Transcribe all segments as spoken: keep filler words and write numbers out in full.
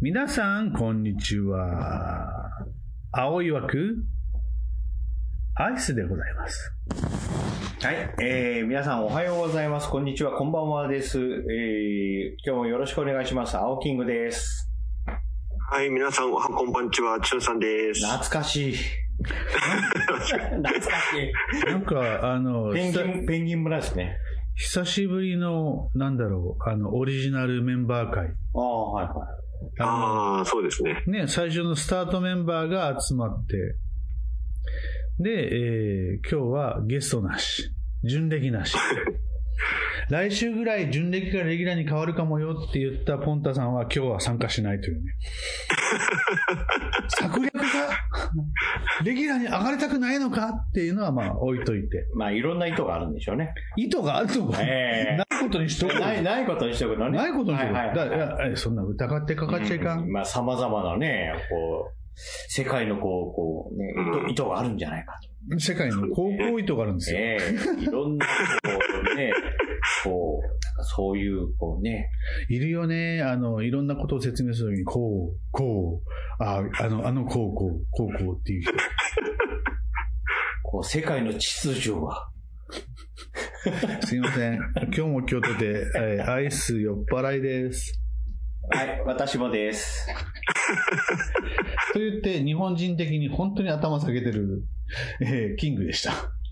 皆さんこんにちは。青い枠アイスでございます。 はい、えー、皆さんおはようございます。こんにちは、こんばんはです。えー、今日もよろしくお願いします。青キングです。 はい、皆さんおはこんばんちは、チュンさんです。 懐かしい。懐かしい。 なんかあのペンギンペンギン村ですね。 久しぶりのなんだろうあのオリジナルメンバー会。 ああはいはい。 ああそうですね。 ね最初のスタートメンバーが集まってで、えー、今日はゲストなし、準レギなし。来週ぐらい準レギからレギュラーに変わるかもよって言ったポンタさんは今日は参加しないというね。策略がレギュラーに上がりたくないのかっていうのはまあ置いといて。 まあいろんな意図があるんでしょうね。 意図があるのか、えー、ないことにしとく。 ない、ないことにしとくのね。 ないことにしとく。 はいはいはい、 だいやそんな疑ってかかっちゃいかん。 うん、まあ様々なね、こう、世界のこう、こうね、意図、意図があるんじゃないかと。世界の高校意図があるんですよ。 ええー、いろんな、こうね、こう、そういう、こうね。 いるよね。あの、いろんなことを説明するときに、こう、こう、あ、あの、あの、こう、こう、こう、こうっていう人。 こう、世界の秩序は。 すいません。今日も京都で、えー、アイス酔っ払いです。 はい、私もです。 と言って、日本人的に本当に頭下げてる、えー、キングでした。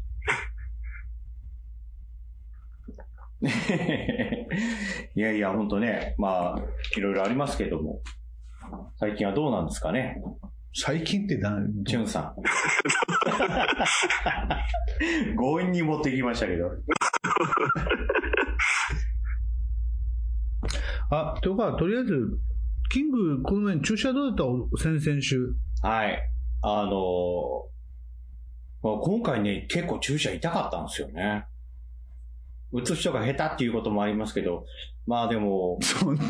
いやいや、ほんとね、まあ、いろいろありますけども、最近はどうなんですかね。 最近って何？ チュンさん。強引に持ってきましたけど。あ、 とか、とりあえず、キング、この前、注射どうだった先々週。 はい。あのー、今回ね、結構注射痛かったんですよね。打つ人が下手っていうこともありますけど、まあでも。 そんな、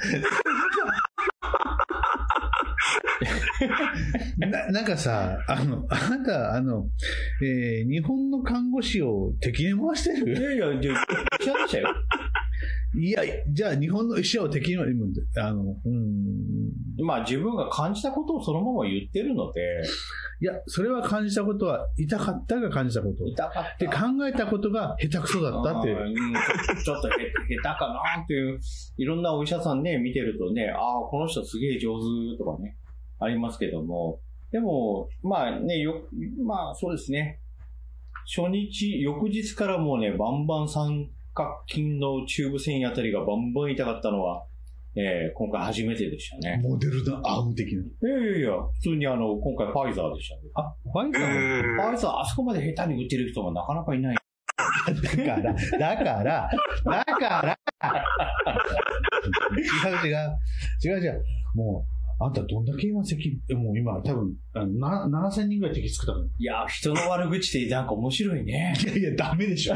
な, なんかさ、あの、あなた、あの、えー、日本の看護師を敵に回してる？ いやいや、医者でしたよ。 いや、じゃあ日本の医者を敵に回る、あの、うん。 まあ自分が感じたことをそのまま言ってるので。 いや、それは感じたことは、痛かったが感じたこと。 痛かった。 で、考えたことが下手くそだったっていう。 うん、ちょっと下手かなっていう、いろんなお医者さんね、見てるとね、ああ、この人すげえ上手とかね、ありますけども。でも、まあね、よ、まあそうですね。初日、翌日からもうね、バンバン三角筋の中部繊維あたりがバンバン痛かったのは、えー、今回初めてでしたね。 モデルナアーム的な。いやいやいや、普通にあの、今回ファイザーでしたね。 あ、ファイザーファイザー、あそこまで下手に打てる人がなかなかいない。 だから、だから、だから、違う違う、違う違う、もう、あんたどんだけ今席、もう今多分、なななせんにんぐらい敵作ったから。 いや、人の悪口ってなんか面白いね。 いやいや、ダメでしょ。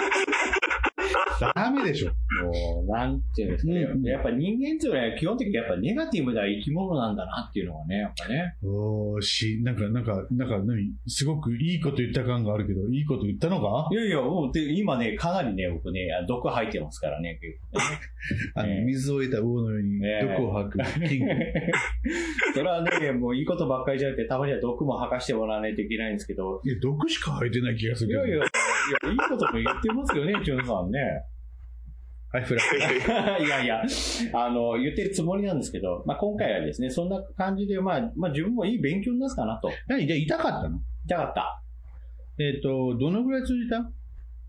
ダメでしょ。 もう、なんていうんですかね。うん、やっぱ人間っていうのは基本的にやっぱネガティブな生き物なんだなっていうのがね、やっぱね。 おーし、なんか、なんか、なんか何、すごくいいこと言った感があるけど、いいこと言ったのか？ いやいや、もうで今ね、かなりね、僕ね、毒吐いてますからね、結構ね。 あの、えー、水を得た魚のように毒を吐く、えー、キング。 それはね、もういいことばっかりじゃなくて、たまには毒も吐かしてもらわないといけないんですけど。 いや、毒しか吐いてない気がするけど。 いやいや、いや、いいことも言ってますよね、チュンさんね。 はい、フラッいやいや、あの、言ってるつもりなんですけど、まあ、今回はですね、そんな感じで、まあ、まあ、自分もいい勉強になるかなと。 何じゃあ痛かったの？ 痛かった。 えっと、どのぐらい続いた？ん？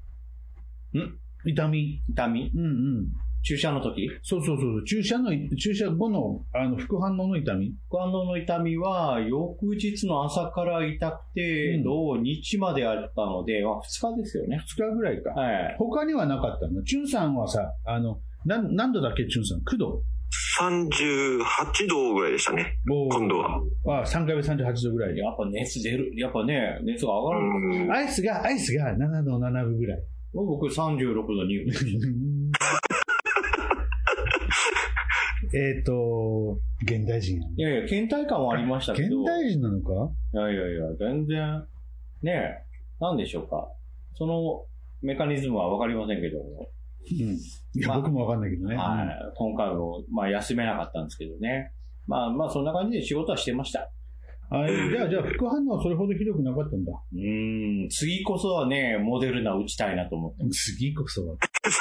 痛み。 痛み？ うんうん。 注射の時？ そうそうそう。注射の、注射後の、あの、副反応の痛み？ 副反応の痛みは、翌日の朝から痛くて、うん、土日まであったので、まあ、ふつかですよね。 ふつかぐらいか。 はい。 他にはなかったの？チュンさんはさ、あの、何、何度だっけ、チュンさん？きゅうど？ さんじゅうはちどぐらいでしたね。今度は。 ああ、さんかいめさんじゅうはちどぐらいで。 やっぱ熱出る。やっぱね、熱が上がるんですよ。 アイスが、アイスがななどななぶぐらい。 僕さんじゅうろくどにぶ。 えっと、現代人。 いやいや、倦怠感はありましたけど。 現代人なのか？ いやいやいや、全然、ねえ、なんでしょうか。そのメカニズムはわかりませんけども。 うん。いや、まあ、僕もわかんないけどね。 はい。今回も、まあ、休めなかったんですけどね。 まあまあそんな感じで仕事はしてました。 あじゃあ、じゃあ、副反応はそれほどひどくなかったんだ。 うーん、次こそはね、モデルナ打ちたいなと思ってます。 次こそは。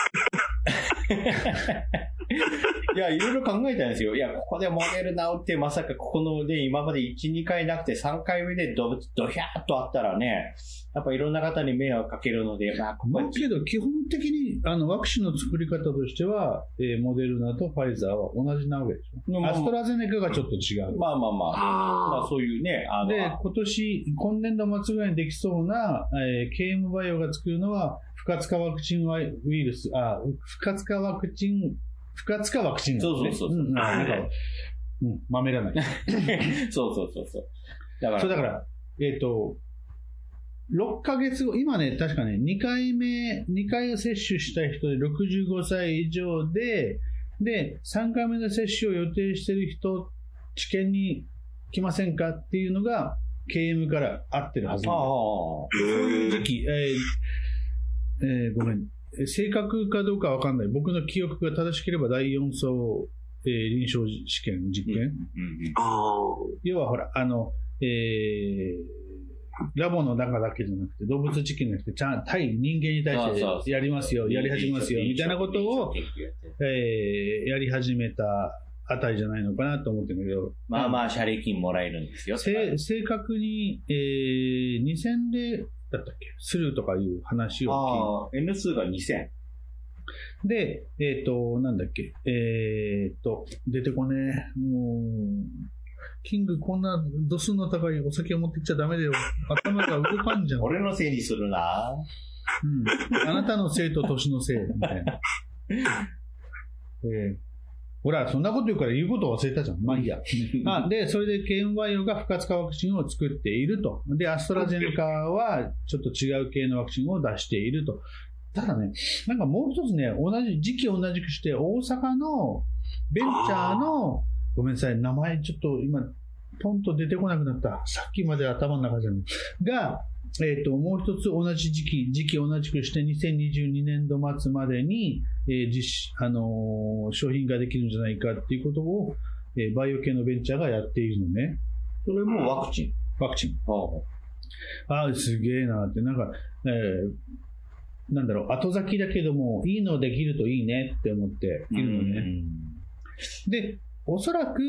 いや、いろいろ考えたんですよ。いや、ここでモデルナ打って、まさかここのね、今までいち、にかいなくてさんかいめでドドヒャーっとあったらね、やっぱいろんな方に迷惑かけるので、まあ、ここだけど、基本的に、あの、ワクチンの作り方としては、えー、モデルナとファイザーは同じなわけでしょ。アストラゼネカがちょっと違う。 まあまあまあ。まあそういうね、あの。 で、今年、今年度末ぐらいにできそうな、えー、ケーエム バイオが作るのは、不活化ワクチンウイルス、あ、不活化ワクチン、不活化ワクチンなんですね。そうそうそうそう。うん、なんか、 うん、まめらない。 そうそうそうそう。 だから、そうだから、えっと、ろっかげつご、今ね、確かね、にかいめ、にかい接種した人でろくじゅうごさい以上で、で、さんかいめの接種を予定している人、治験に来ませんかっていうのが、ケーエム から合ってるはずなんだ。そういう時期、えーえー、ごめん。正確かどうかわかんない。僕の記憶が正しければだいよん層、えー、臨床試験、実験、うんうんうん、要はほら、あの、えー、ラボの中だけじゃなくて、動物実験じゃなくて、ちゃん対人間に対してやりますよ、やり始めますよ、みたいなことを、えー、やり始めたあたりじゃないのかなと思ってるんだけど。 まあまあ、謝礼金もらえるんですよ。 正確に、えー、にせんれいだったっけするとかいう話を聞いて。 ああ、エヌツー がにせん。 で、えっ、ー、と、なんだっけ、えっ、ー、と、出てこねえ。もう、キングこんな度数の高いお酒を持ってきちゃダメだよ。頭が動かんじゃん。 俺のせいにするな。 うん。あなたのせいと年のせい、みたいな。えーほら、そんなこと言うから言うことを忘れたじゃん。まあいいや。あで、それでケーエム バイオが不活化ワクチンを作っていると。で、アストラゼネカはちょっと違う系のワクチンを出していると。ただね、なんかもう一つね、同じ、時期同じくして、大阪のベンチャーの、ごめんなさい、名前ちょっと今、ポンと出てこなくなった。さっきまで頭の中じゃない。が、えっと、もう一つ同じ時期、時期同じくしてにせんにじゅうにねんど末までに、えー、実施、あのー、商品ができるんじゃないかっていうことを、えー、バイオ系のベンチャーがやっているのね。 それもワクチンワクチン。ああ、すげえなって、なんか、えー、なんだろう、後先きだけども、いいのできるといいねって思っているのね。で、おそらく、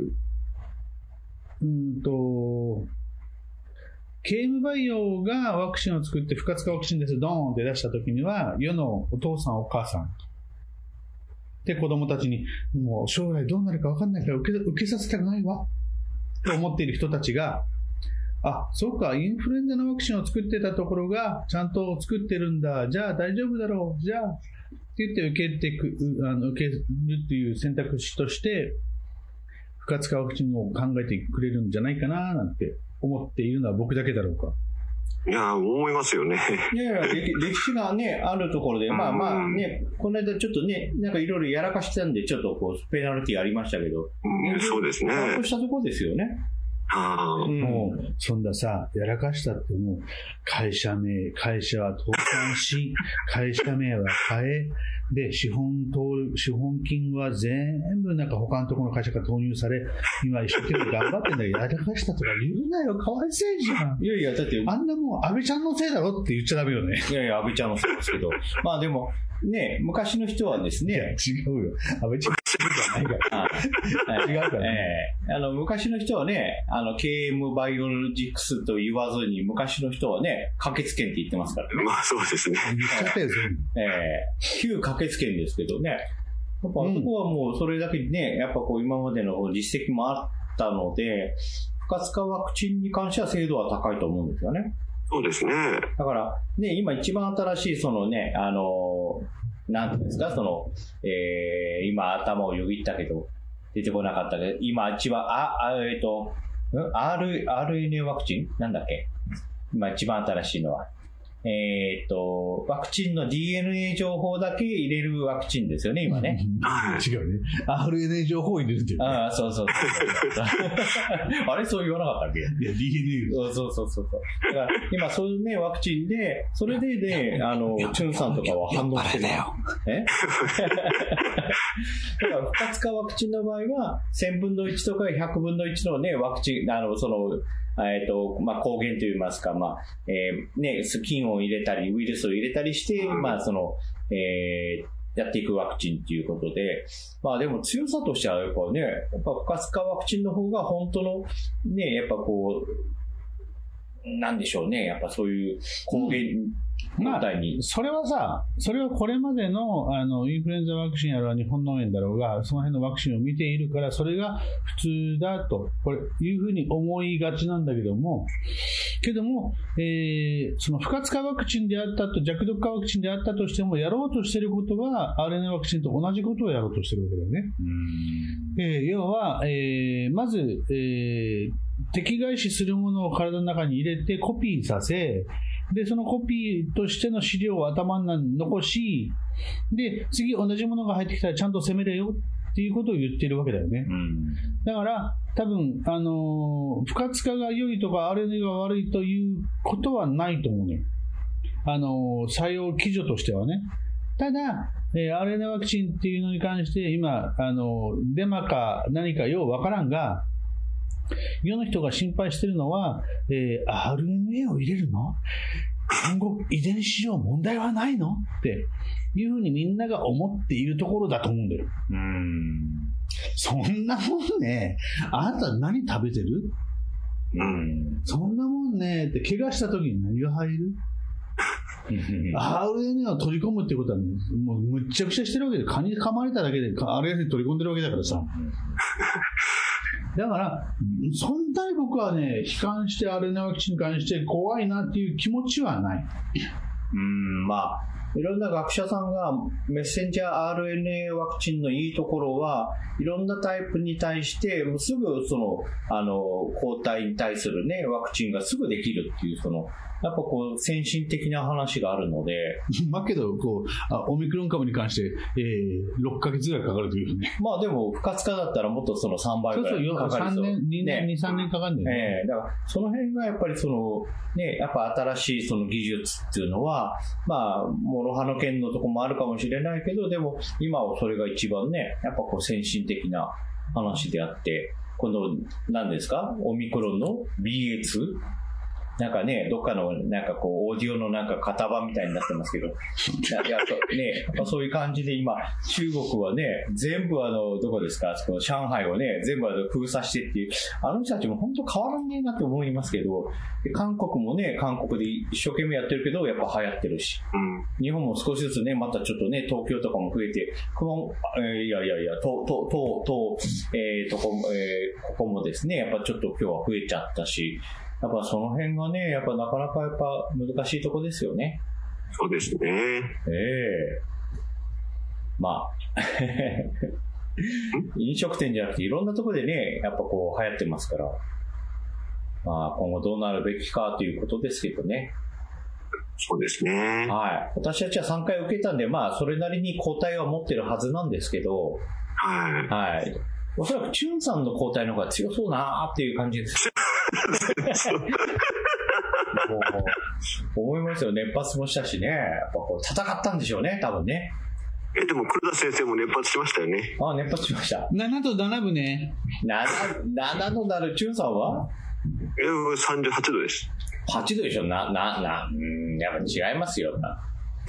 うんと、ケーエム バイオがワクチンを作って不活化ワクチンですドーンって出した時には世のお父さんお母さんで子供たちにもう将来どうなるか分かんないから受け、受けさせたくないわと思っている人たちがあ、そうかインフルエンザのワクチンを作ってたところがちゃんと作ってるんだじゃあ大丈夫だろうじゃあって言って受けていくあの受けるっていう選択肢として不活化ワクチンを考えてくれるんじゃないかななんて思っているのは僕だけだろうか。 いや、思いますよね。 いやいや、歴, 歴史がね、あるところで、まあまあね、この間ちょっとね、なんかいろいろやらかしてたんで、ちょっとこう、ペナルティありましたけど。 うん、そうですね。 ちゃんとしたところですよね。 あうん、もう、そんなさ、やらかしたってもう、会社名、会社は倒産し、会社名は変え、で、資本投、資本金は全部なんか他のところの会社から投入され、今一生懸命頑張ってんだけど、やらかしたとか言うなよ、かわいそうじゃん。 いやいや、だって、 あんなもん、安倍ちゃんのせいだろって言っちゃダメよね。 いやいや、安倍ちゃんのせいですけど。まあでも、ね、昔の人はですね。 いや、違うよ。安倍ちゃんのせいじゃないから。違うからね。 えー、あの、昔の人はね、あの、ケーエム バイオロジクスと言わずに、昔の人はね、駆けつけんって言ってますからね。 まあそうですね。 言っちゃったよ、全部。 えー、旧駆けつけんですけどね。やっぱあそこはもうそれだけにね、やっぱこう今までの実績もあったので、不活化ワクチンに関しては精度は高いと思うんですよね。 そうですね。 だから、ね、今一番新しいそのね、あの、なんていうんですか、その、えー、今頭をよぎったけど、出てこなかったけど、今一番、あ、あえっ、ー、と、R、アールエヌエー ワクチンなんだっけ今一番新しいのは。 えっと、ワクチンの ディーエヌエー 情報だけ入れるワクチンですよね、今ね。 違うね。アールエヌエー 情報を入れるっていう、ね。 ああ、そうそうそう。あれ、そう言わなかったっけ？いや、 ディーエヌエー。 そうそうそうそう。だから、今、そういうね、ワクチンで、それでね、あの、チュンさんとかは反応してる。えだから、不活化ワクチンの場合は、せんぶんのいちとかひゃくぶんのいちのね、ワクチン、あの、その、えっと、まあ、抗原といいますか、まあ、えー、ね、スキンを入れたり、ウイルスを入れたりして、まあ、その、えー、やっていくワクチンっていうことで、まあでも強さとしてはやっぱね、やっぱ不活化ワクチンの方が本当の、ね、やっぱこう、なんでしょうね、やっぱそういう抗原、 まあ、それはさ、それはこれまでの、あの、インフルエンザワクチンやら日本脳炎だろうが、その辺のワクチンを見ているから、それが普通だと、これ、いうふうに思いがちなんだけども、けども、えー、その不活化ワクチンであったと、弱毒化ワクチンであったとしても、やろうとしていることは、アールエヌエー ワクチンと同じことをやろうとしているわけだよね。うんえー、要は、えー、まず、えー、敵返しするものを体の中に入れてコピーさせ、で、そのコピーとしての資料を頭に残し、で、次同じものが入ってきたらちゃんと攻めれよっていうことを言っているわけだよね。うん、だから、多分、あのー、不活化が良いとか アールエヌエー が悪いということはないと思うね。あのー、採用基準としてはね。ただ、えー、アールエヌエー ワクチンっていうのに関して、今、あのー、デマか何かようわからんが、世の人が心配しているのは、えー、アールエヌエー を入れるの？今後遺伝子上問題はないの？っていうふうにみんなが思っているところだと思うんだよ。うーん。そんなもんね、あなた何食べてる？うん。そんなもんね、って怪我した時に何が入る？アールエヌエー を取り込むってことは、ね、もうむっちゃくちゃしてるわけで、蚊に噛まれただけで アールエヌエー 取り込んでるわけだからさ。だから、そんなに僕はね、悲観して アールエヌエー ワクチンに関して怖いなっていう気持ちはない。 うーん、まあ、いろんな学者さんがメッセンジャー アールエヌエー ワクチンのいいところは、いろんなタイプに対して、もうすぐその、あの、抗体に対するね、ワクチンがすぐできるっていう、その、やっぱこう、先進的な話があるので。 まあけど、こうあ、オミクロン株に関して、えー、ろっかげつぐらいかかるというね。 まあでも、不活化だったらもっとそのさんばいぐらいかかる。 そうそう、さんねん、にねん、に、さんねんかかるんだよね。 ええー、だから、その辺がやっぱりその、ね、やっぱ新しいその技術っていうのは、まあ、諸刃の剣のとこもあるかもしれないけど、でも、今はそれが一番ね、やっぱこう、先進的な話であって、この、何ですか？オミクロンの ビーエーツー？なんかね、どっかの、なんかこう、オーディオのなんか型番みたいになってますけど、やっぱね、やっぱそういう感じで今、中国はね、全部あの、どこですか、その上海をね、全部あの封鎖してっていう、あの人たちも本当変わらねえなって思いますけど、韓国もね、韓国で一生懸命やってるけど、やっぱ流行ってるし、うん、日本も少しずつね、またちょっとね、東京とかも増えて、この、えー、いやいやいや、と、と、と、と、えー、とこ、えー、ここもですね、やっぱちょっと今日は増えちゃったし、やっぱその辺がね、やっぱなかなかやっぱ難しいとこですよね。 そうですね。ええー、まあ、飲食店じゃなくていろんなところでね、やっぱこう流行ってますから、まあ今後どうなるべきかということですけどね。 そうですね。 はい。私たちはさんかい受けたんで、まあそれなりに抗体は持ってるはずなんですけど、 はい。 はい。おそらくチュンさんの抗体の方が強そうなーっていう感じです。もう思いますよ。熱発もしたしね。やっぱこう戦ったんでしょうね、多分ね。 え、でも黒田先生も熱発しましたよね。 ああ、熱発しました。 ななとななぶね。 なな、ななのなるチュンさんはえ、さんじゅうはちどです。 はちどでしょ。な、な、な、うん、やっぱ違いますよ。な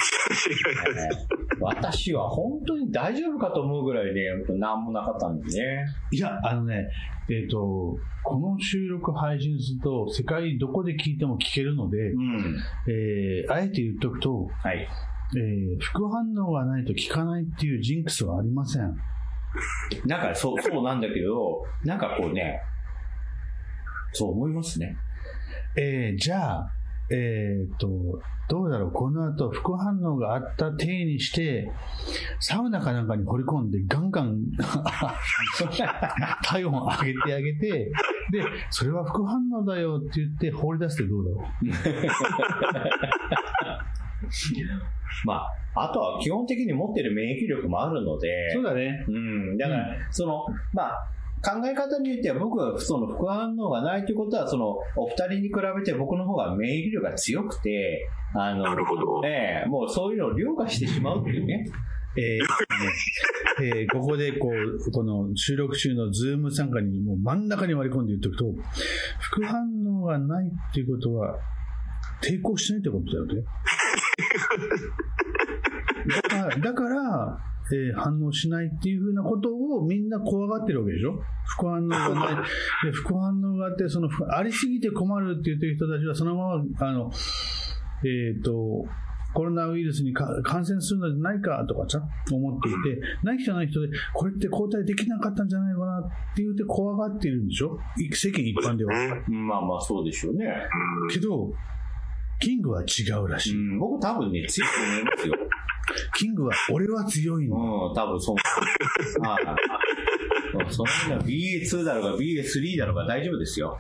私は本当に大丈夫かと思うぐらいね、なんもなかったんでね。 いや、あのね、えっと、この収録配信すると、世界どこで聞いても聞けるので、うん、えー、あえて言っとくと、 はい、 えー、副反応がないと効かないっていうジンクスはありません。 なんかそう、そうなんだけど、なんかこうね、そう思いますね。 えー、じゃあ、 えっと、どうだろう、この後副反応があった体にして、サウナかなんかに掘り込んで、ガンガン体温上げてあげて、で、それは副反応だよって言って放り出してどうだろう。 まあ、あとは基本的に持ってる免疫力もあるので、 そうだね。 うん、だから、うん、その、まあ、考え方によっては僕はその副反応がないということは、そのお二人に比べて僕の方が免疫力が強くて、あの、 なるほど。 ええ、もうそういうのを凌駕してしまうっていうね。 えーねえー、ここでこう、この収録中のズーム参加にもう真ん中に割り込んで言っておくと、副反応がないっていうことは抵抗しないってことだよね。だから、だからえー、反応しないっていうふうなことをみんな怖がってるわけでしょ。副反応がないで副反応があって、そのありすぎて困るって言ってる人たちはそのままあのえっ、ー、とコロナウイルスにか感染するのではないかとかさ思っていて、ない人ない人でこれって抗体できなかったんじゃないかなって言って怖がっているんでしょ、世間一般では。 まあまあそうでしょうね。 けどキングは違うらしい。 うん、僕多分ね強いと思いますよ。 キングは俺は強いの。 うん、多分そう。ああ、その辺は ビーエーツー だろうが ビーエースリー だろうが大丈夫ですよ。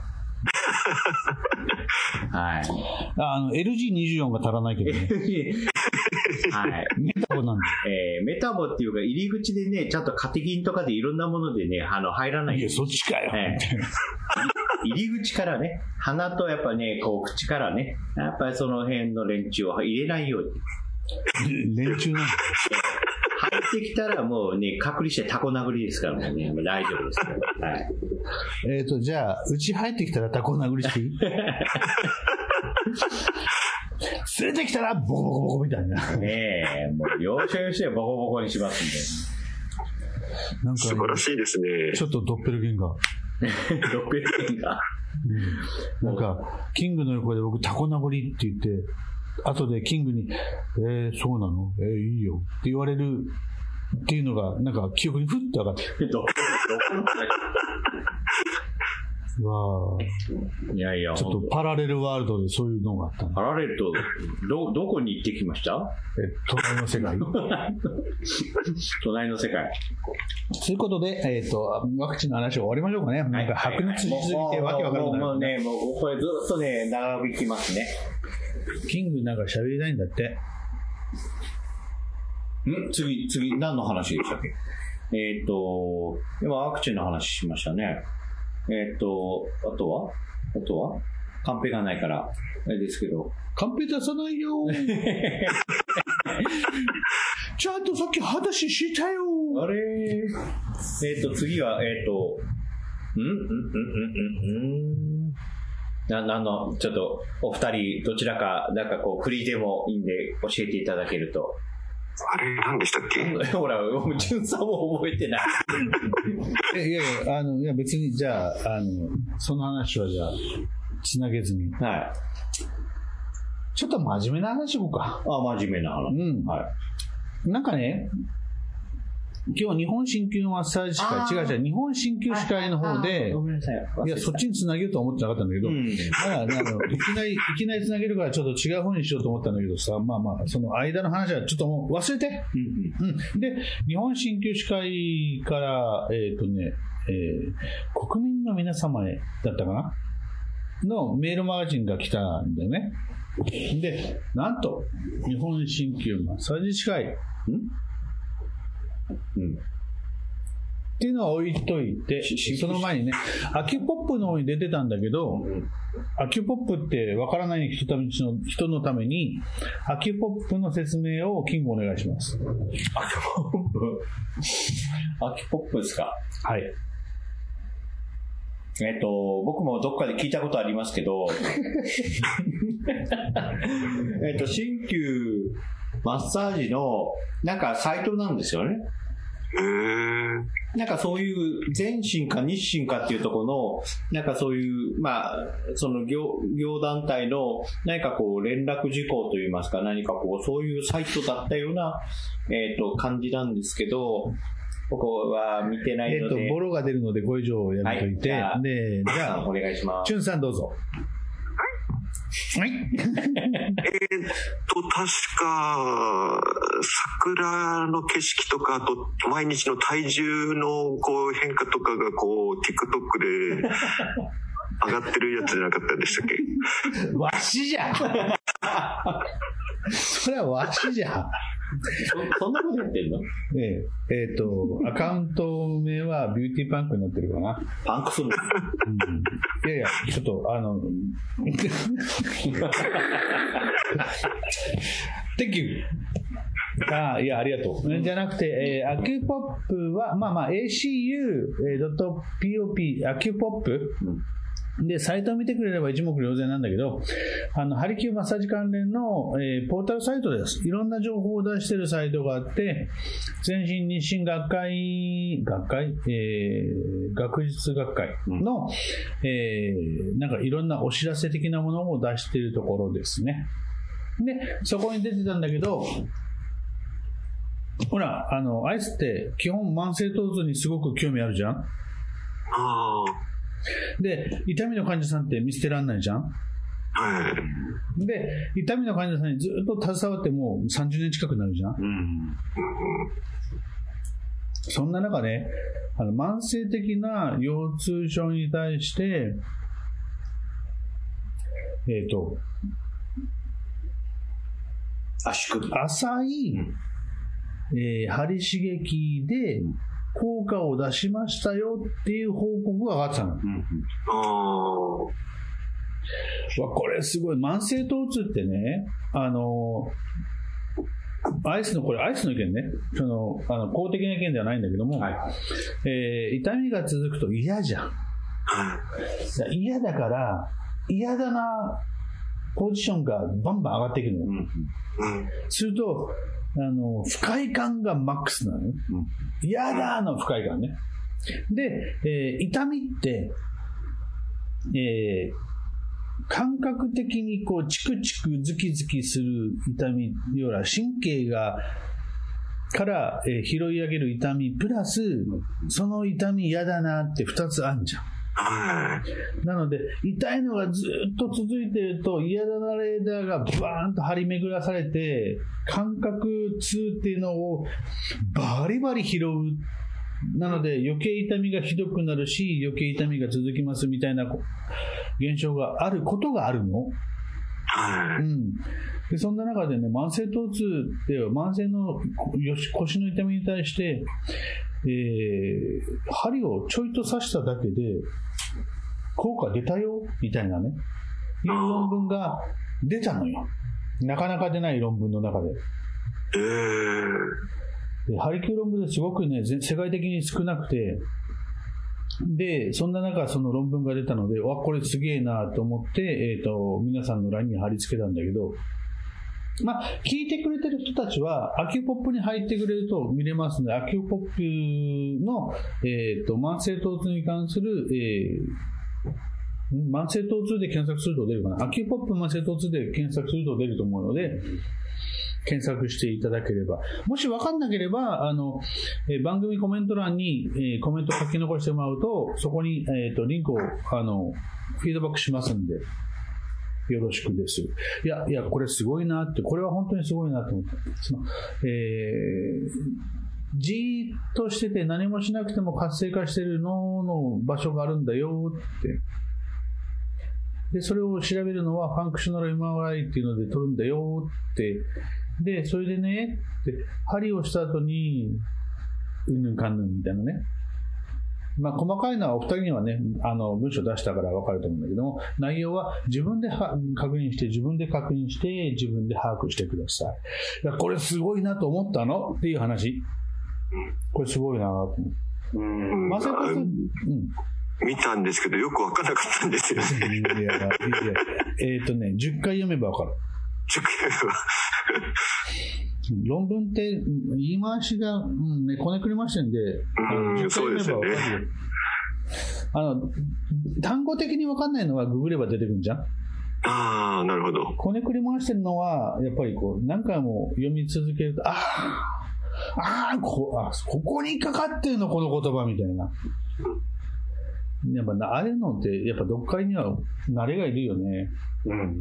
はい。 あの エルジーにじゅうよん が足らないけどね。 はい。 メタボなんで。 えー、メタボっていうか入り口でね、ちゃんとカテキンとかでいろんなものでね、あの入らない。 いやそっちかよ。 えー、入り口からね、鼻とやっぱね、こう口からね、やっぱりその辺の連中を入れないように。 連中なんだ。 入ってきたらもうね、隔離してタコ殴りですからね、もう大丈夫ですから。はい。 えっと、じゃあ、うち入ってきたらタコ殴りしていい？連れてきたらボコボコボコみたいな。 ねえ、もう要所要所でボコボコにしますんで。なんか素晴らしいですね。 ちょっとドッペルゲンガー。 ドッペルゲンガー。 うん、なんか、キングの横で僕タコ殴りって言って、後でキングに、えー、そうなの？えー、いいよって言われるっていうのが、なんか記憶にふっと上がって。どこわいやいや、 ちょっとパラレルワールドでそういうのがあったんで。 パラレルと、ど、どこに行ってきました？ え、隣の世界。 隣の世界。 ということで、えっ、ー、と、ワクチンの話を終わりましょうかね。なんか白熱しすぎてわけわからない。 もうね、もうこれずっとね、長引きますね。 キングなんか喋りたいんだって。 ん次、次、何の話でしたっけ？えっ、ー、と、今ワクチンの話しましたね。えっ、ー、と、あとはあとはカンペがないから、あれですけど。 カンペ出さないよちゃんとさっき話したよあれえっ、ー、と、次は、えっ、ー、と、んんんんんんんな、なんの、ちょっと、お二人、どちらか、なんかこう、振りでもいいんで、教えていただけると。 あれ、何でしたっけ？ ほら、ジュンさんも覚えてない。 いやいや、あの、いや別に、じゃあ、あの、その話はじゃあ、つなげずに。 はい。 ちょっと真面目な話しようか。 あ、真面目な話。 うん。 はい。 なんかね、今日日本鍼灸マッサージ師会、違う違う、日本鍼灸師会の方で、 ごめんなさい。 いや、そっちにつなげようとは思ってなかったんだけど、うん、まあ、あのいきなり、いきなりつなげるからちょっと違う方にしようと思ったんだけどさ、まあまあ、その間の話はちょっともう忘れて。うんうんうん、で、日本鍼灸師会から、えっ、ー、とね、えー、国民の皆様へだったかなのメールマガジンが来たんだよね。で、なんと、日本鍼灸マッサージ師会、んうん。っていうのは置いといて、その前にね、アキュポップの方に出てたんだけど、アキュポップってわからない人の人のために、アキュポップの説明をキングお願いします。 アキュポップアキュポップですか？ はい。 えっと、僕もどっかで聞いたことありますけど、えっと、鍼灸マッサージの、なんかサイトなんですよね。 へー。 なんかそういう全身か日清かっていうところの、なんかそういう、まあ、その業、業団体の何かこう連絡事項といいますか、何かこうそういうサイトだったような、えっと、感じなんですけど、ここは見てないので。 えっと、ボロが出るのでご以上やめといて、 はい、 で、じゃあ、 お願いします。 チュンさんどうぞ。 はい。 えーっと、確か、桜の景色とか、あと、毎日の体重のこう変化とかが、こう、TikTok で上がってるやつじゃなかったでしたっけ？ わしじゃそれはわしじゃそ, そんなことやってんの？ ええ、えー、と、アカウント名はビューティーパンクになってるかな。 パンクするの、 うん、いやいや、ちょっと、あの、Thank you。あいや、ありがとう。じゃなくて、えー、アキュポップは、まあまあ、エーシーユードットピーオーピー、アキュポップ。うんで、サイトを見てくれれば一目瞭然なんだけど、あの、ハリキューマッサージ関連の、えー、ポータルサイトです。いろんな情報を出しているサイトがあって、全身日清学会、学会、えー、学術学会の、うんえー、なんかいろんなお知らせ的なものを出しているところですね。で、そこに出てたんだけど、ほら、あの、アイスって基本慢性疼痛にすごく興味あるじゃん？ああ。 で、痛みの患者さんって見捨てらんないじゃん？ はい。 で、痛みの患者さんにずっと携わってもうさんじゅうねん近くなるじゃん？うん、そんな中ね、あの慢性的な腰痛症に対して、えっと、 足首。 浅い、えー、針刺激で、効果を出しましたよっていう報告が上がってたの。うん、あわこれすごい。慢性疼痛ってね、あの、アイスの、これアイスの意見ね、その、あの公的な意見ではないんだけども、はいえー、痛みが続くと嫌じゃん。嫌だから、嫌だなポジションがバンバン上がっていくのよ。うん、すると、あの、不快感がマックスなのよ。嫌、うん、だの不快感ね。で、えー、痛みって、えー、感覚的にこう、チクチクズキズキする痛み、要は神経が、から、えー、拾い上げる痛み、プラス、その痛み嫌だなって二つあんじゃん。なので痛いのがずっと続いてると嫌だなレーダーがバーンと張り巡らされて感覚痛っていうのをバリバリ拾う。なので余計痛みがひどくなるし余計痛みが続きますみたいな現象があることがあるの。うん、でそんな中でね慢性疼痛って慢性の腰の痛みに対してえー、針をちょいと刺しただけで効果出たよみたいなねいう論文が出たのよ。なかなか出ない論文の中で、えー、でハリキュー論文ですごくね世界的に少なくてでそんな中その論文が出たのでわこれすげえなと思って、えーと、皆さんの ライン に貼り付けたんだけどまあ、聞いてくれてる人たちはアキュポップに入ってくれると見れますのでアキュポップの、えー、と慢性疼痛に関する、えー、慢性疼痛で検索すると出るかなアキュポップ慢性疼痛で検索すると出ると思うので検索していただければもし分かんなければあの、えー、番組コメント欄に、えー、コメント書き残してもらうとそこに、えー、とリンクをあのフィードバックしますんでよろしくです。いや、いや、これすごいなって、これは本当にすごいなと思った。その、えー、じーっとしてて何もしなくても活性化している脳の場所があるんだよって。で、それを調べるのはファンクショナル エムアールアイ っていうので取るんだよって。で、それでね、って針をした後に、うんぬんかんぬんみたいなね。まあ、細かいのはお二人にはね、あの、文章出したから分かると思うんだけども、内容は自分では確認して、自分で確認して、自分で把握してください。いや、これすごいなと思ったのっていう話。これすごいなと思って。うん。まさか、うん。 見たんですけど、よく分からなかったんですよね。いやいや、いやえっとね、じゅっかい読めば分かる。 じゅっかい読めば。 論文って言い回しが、うんね、こねくりましてんで、 うん、そうですよね。 あの、単語的に分かんないのはググれば出てくるんじゃん。 ああ、なるほど。 こねくり回してるのは、やっぱりこう、何回も読み続けると、ああ、あこあ、ここにかかってるの、この言葉みたいな。 やっぱああいうのってやっぱどっかには慣れがいるよね。 うんうんうん、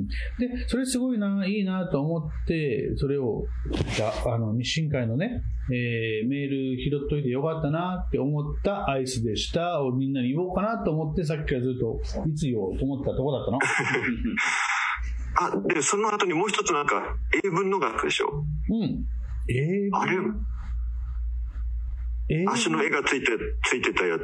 でそれすごいないいなと思ってそれをあの日進会のね、えー、メール拾っといてよかったなって思ったアイスでしたをみんなに言おうかなと思ってさっきからずっといつ言おうと思ったとこだったの。 あでその後にもう一つなんか英文のがあったでしょ。 うん英文あれ英文足の絵がついてついてたやつ。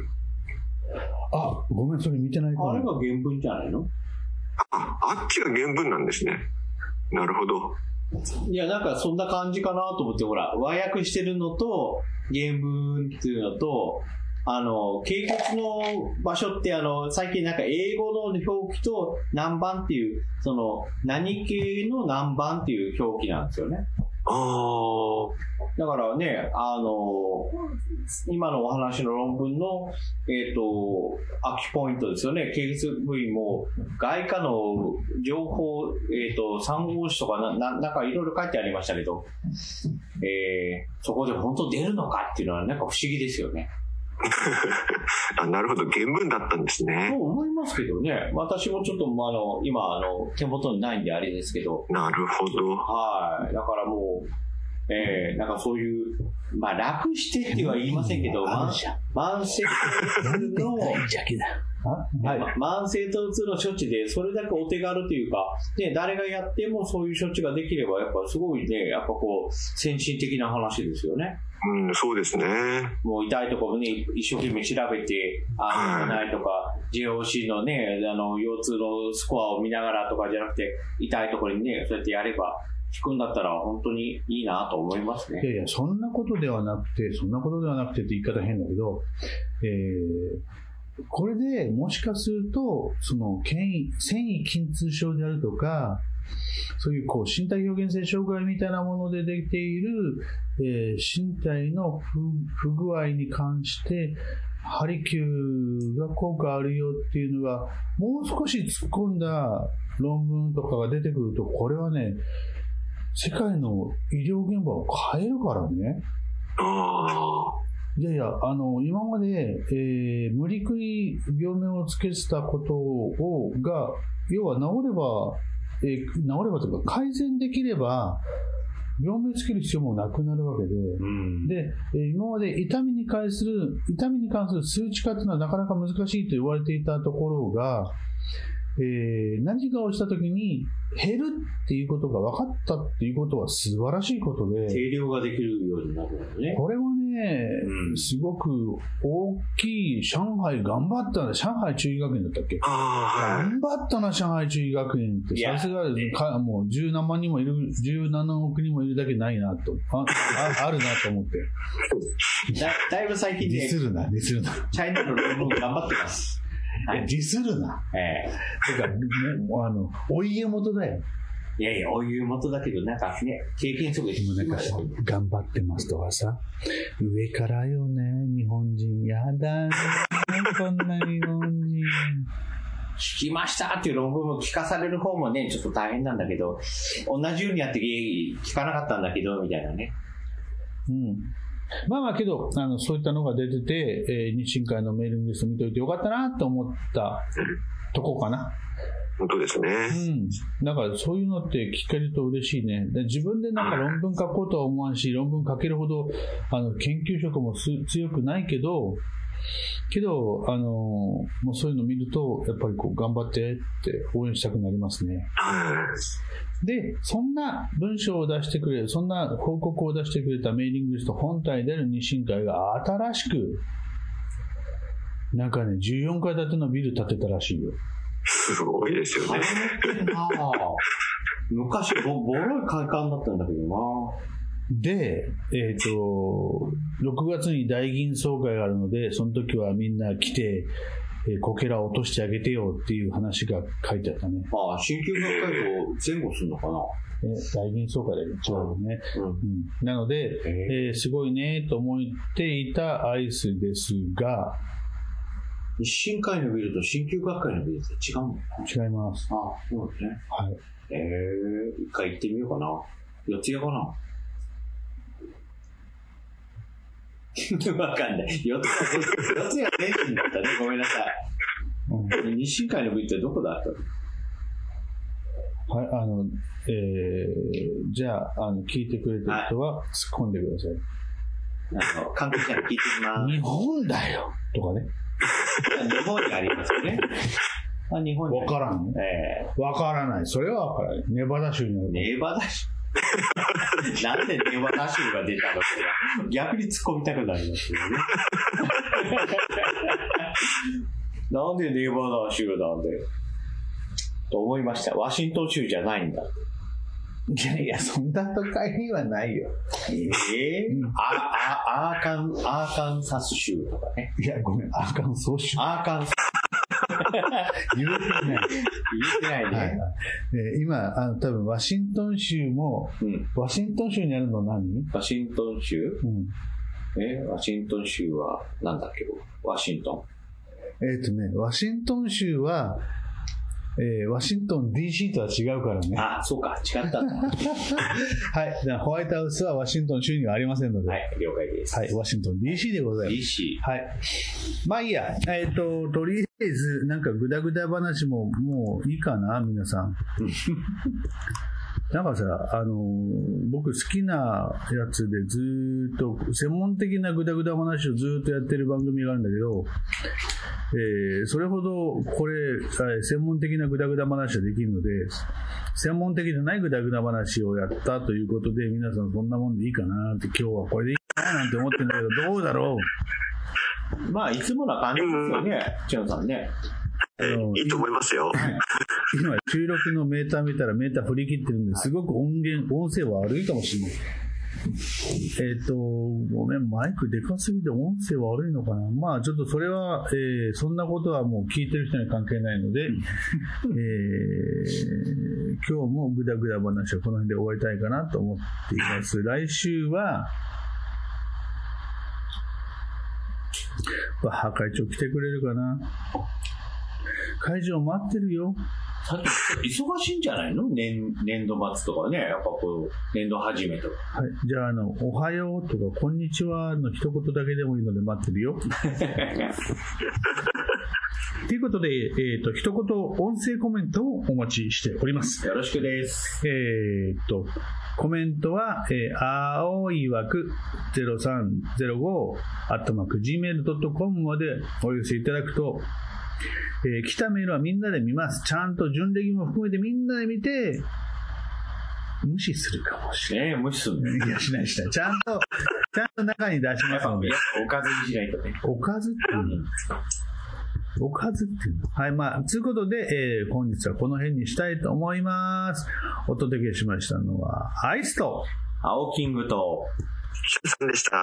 あごめんそれ見てないかあれが原文じゃないの。 あ、あっちが原文なんですね。なるほど。 いや、なんかそんな感じかなと思って、ほら、和訳してるのと、原文っていうのと、あの、警察の場所って、あの、最近なんか英語の表記と何番っていう、その、何系の何番っていう表記なんですよね。 ああ。 だからね、あの、今のお話の論文の、えっと、空きポイントですよね。警察部員も外貨の情報、えっと、さん号紙とかな、な、なんかいろいろ書いてありましたけど、えー、そこで本当出るのかっていうのはなんか不思議ですよね。 あ、なるほど。原文だったんですね。 そう思いますけどね。私もちょっと、あの、今、あの、手元にないんであれですけど。 なるほど。 はい。だからもう、えー、なんかそういう、まあ楽してっては言いませんけど、慢性疼痛の、はい、慢性疼痛の処置で、それだけお手軽というか、ね、誰がやってもそういう処置ができれば、やっぱすごいね、やっぱこう、先進的な話ですよね。 うん、そうですね。 もう痛いところに一生懸命調べて、あの、ないとか、ジェイオーシー のね、あの、腰痛のスコアを見ながらとかじゃなくて、痛いところにね、そうやってやれば、効くんだったら本当にいいなと思いますね。 いやいや、そんなことではなくて、そんなことではなくてって言い方変だけど、えー、これでもしかすると、その、繊維筋痛症であるとか、そういうこう身体表現性障害みたいなものでできている、えー、身体の 不, 不具合に関してハリキューが効果あるよっていうのがもう少し突っ込んだ論文とかが出てくると、これはね世界の医療現場を変えるからね。 あいやいや、あの今まで、えー、無理くり病名をつけてたことをが要は治ればえー、治ればというか改善できれば病名つける必要もなくなるわけで、うん、で、えー、今まで痛みに関する痛みに関する数値化というのはなかなか難しいと言われていたところが、えー、何かをしたときに減るっていうことが分かったっていうことは素晴らしいことで、 定量ができるようになるのね。 これはね、うん、すごく大きい。上海頑張ったな。上海中医学院だったっけ？頑張ったな、上海中医学院って。さすがもう十何万人もいる、十何億人もいるだけないなと、あ, あ, あるなと思って。 だ, だいぶ最近ね、 ディスるな、ディスるな。 チャイナの論文頑張ってます。 はい、ディスるな。ええー。てか、あの、お家元だよ。 いやいや、お家元だけど、なんかね、経験則で聞きましたけど。 頑張ってますとかさ、上からよね、日本人。やだね、こんな日本人。 聞きましたっていう論文を聞かされる方もね、ちょっと大変なんだけど、同じようにやって聞かなかったんだけど、みたいなね。 うん。まあまあけど、あの、そういったのが出てて、えー、日進会のメーリングリスト見といてよかったなと思ったとこかな。 本当ですね。 うん。だからそういうのって聞けると嬉しいね。で自分でなんか論文書こうとは思わんし、論文書けるほど、あの、研究職もす強くないけど、けど、あの、もうそういうの見ると、やっぱりこう、頑張ってって応援したくなりますね。で、そんな文章を出してくれる、そんな報告を出してくれたメーリングリスト本体である日進会が新しく、なんかね、じゅうよんかい建てのビル建てたらしいよ。 すごいですよね。 昔ボ、ボロい会館だったんだけどな。 で、えっと、ろくがつに大銀総会があるので、その時はみんな来て、えー、こけらを落としてあげてよっていう話が書いてあったね。 ああ、新旧学会と前後するのかな。 え大銀総会だけど違うよね、うんうん。なので、えー、すごいねと思っていたアイスですが、 日進会のビルと新旧学会のビルって違うの？ 違います。 ああ、そうですね。 はい。 ええー、一回行ってみようかな。四谷かな。 わかんない。四つが、四つが全人だったね。ごめんなさい。うん、日進会の部ってどこだったの？ はい、あの、えー、じゃあ、あの、聞いてくれてる人は突っ込んでください。 あの、韓国人に聞いてみます。 日本だよとかね。 日本にありますよね。あ、日本に。 わからん。えー、わからない。それはわからない。ネバダ州にある。 ネバダ州なんでネバダ州が出たのか逆に突っ込みたくなりますよね。なんでネバダ州なんでと思いました。ワシントン州じゃないんだ。 いやいや、そんな都会にはないよ。 ええーうん、あ、あ、アーカン、アーカンサス州とかね。 いや、ごめん、アーカンソー州。 アーカンサス言えてない。言えてないね。はい、 えー、今、あの、多分ワシントン州も、うん、ワシントン州にあるの何？ ワシントン州？うん。え、ワシントン州は、なんだっけ、ワシントン。えっとね、ワシントン州は、えー、ワシントン ディーシー とは違うからね。 あ、そうか、違ったんだ。はい。 じゃあ、ホワイトハウスはワシントン州にはありませんので。 はい、了解です。 はい、ワシントン ディーシー でございます。 ディーシー。はい。まあいいや。えっ、ー、と、とりあえず、なんかグダグダ話ももういいかな、皆さん。なんかさ、あのー、僕好きなやつでずーっと、専門的なグダグダ話をずーっとやってる番組があるんだけど、えー、それほどこれ、専門的なグダグダ話はできるので、専門的じゃないグダグダ話をやったということで、皆さんそんなもんでいいかなって、今日はこれでいいかななんて思ってるんだけど、どうだろう。まあ、いつもな感じですよね、千代さんね。 えー、いいと思いますよ。 今、収録のメーター見たらメーター振り切ってるんで、すごく音源、音声は悪いかもしれない。えっと、ごめん、マイクでかすぎて音声悪いのかな。まあ、ちょっとそれは、えー、そんなことはもう聞いてる人に関係ないので、えー、今日もグダグダ話はこの辺で終わりたいかなと思っています。来週は、バッハ会長来てくれるかな。会場待ってるよ。 さっき忙しいんじゃないの？ 年, 年度末とかね、やっぱこう年度始めとか。 はい、じゃああのおはようとかこんにちはの一言だけでもいいので待ってるよ。ということで、えっ、ー、と一言音声コメントをお待ちしております。 よろしくです。 えっ、ー、とコメントは、えー、青い枠ゼロさんゼロごアットマークジーメールドットコム までお寄せいただくと。えー、来たメールはみんなで見ます。ちゃんと準レギも含めてみんなで見て、無視するかもしれない。 えー、無視するの？ いや、しないしない。ちゃんと、ちゃんと中に出しますので。 おかずにしないとね。 おかずっていうの、うん、おかずっていうのはい、まあ、ということで、えー、本日はこの辺にしたいと思います。お届けしましたのは、アイスと、 青キングと、 シュウさんでした。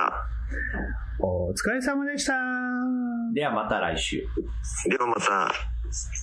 お疲れ様でした。 ではまた来週。 ではまた。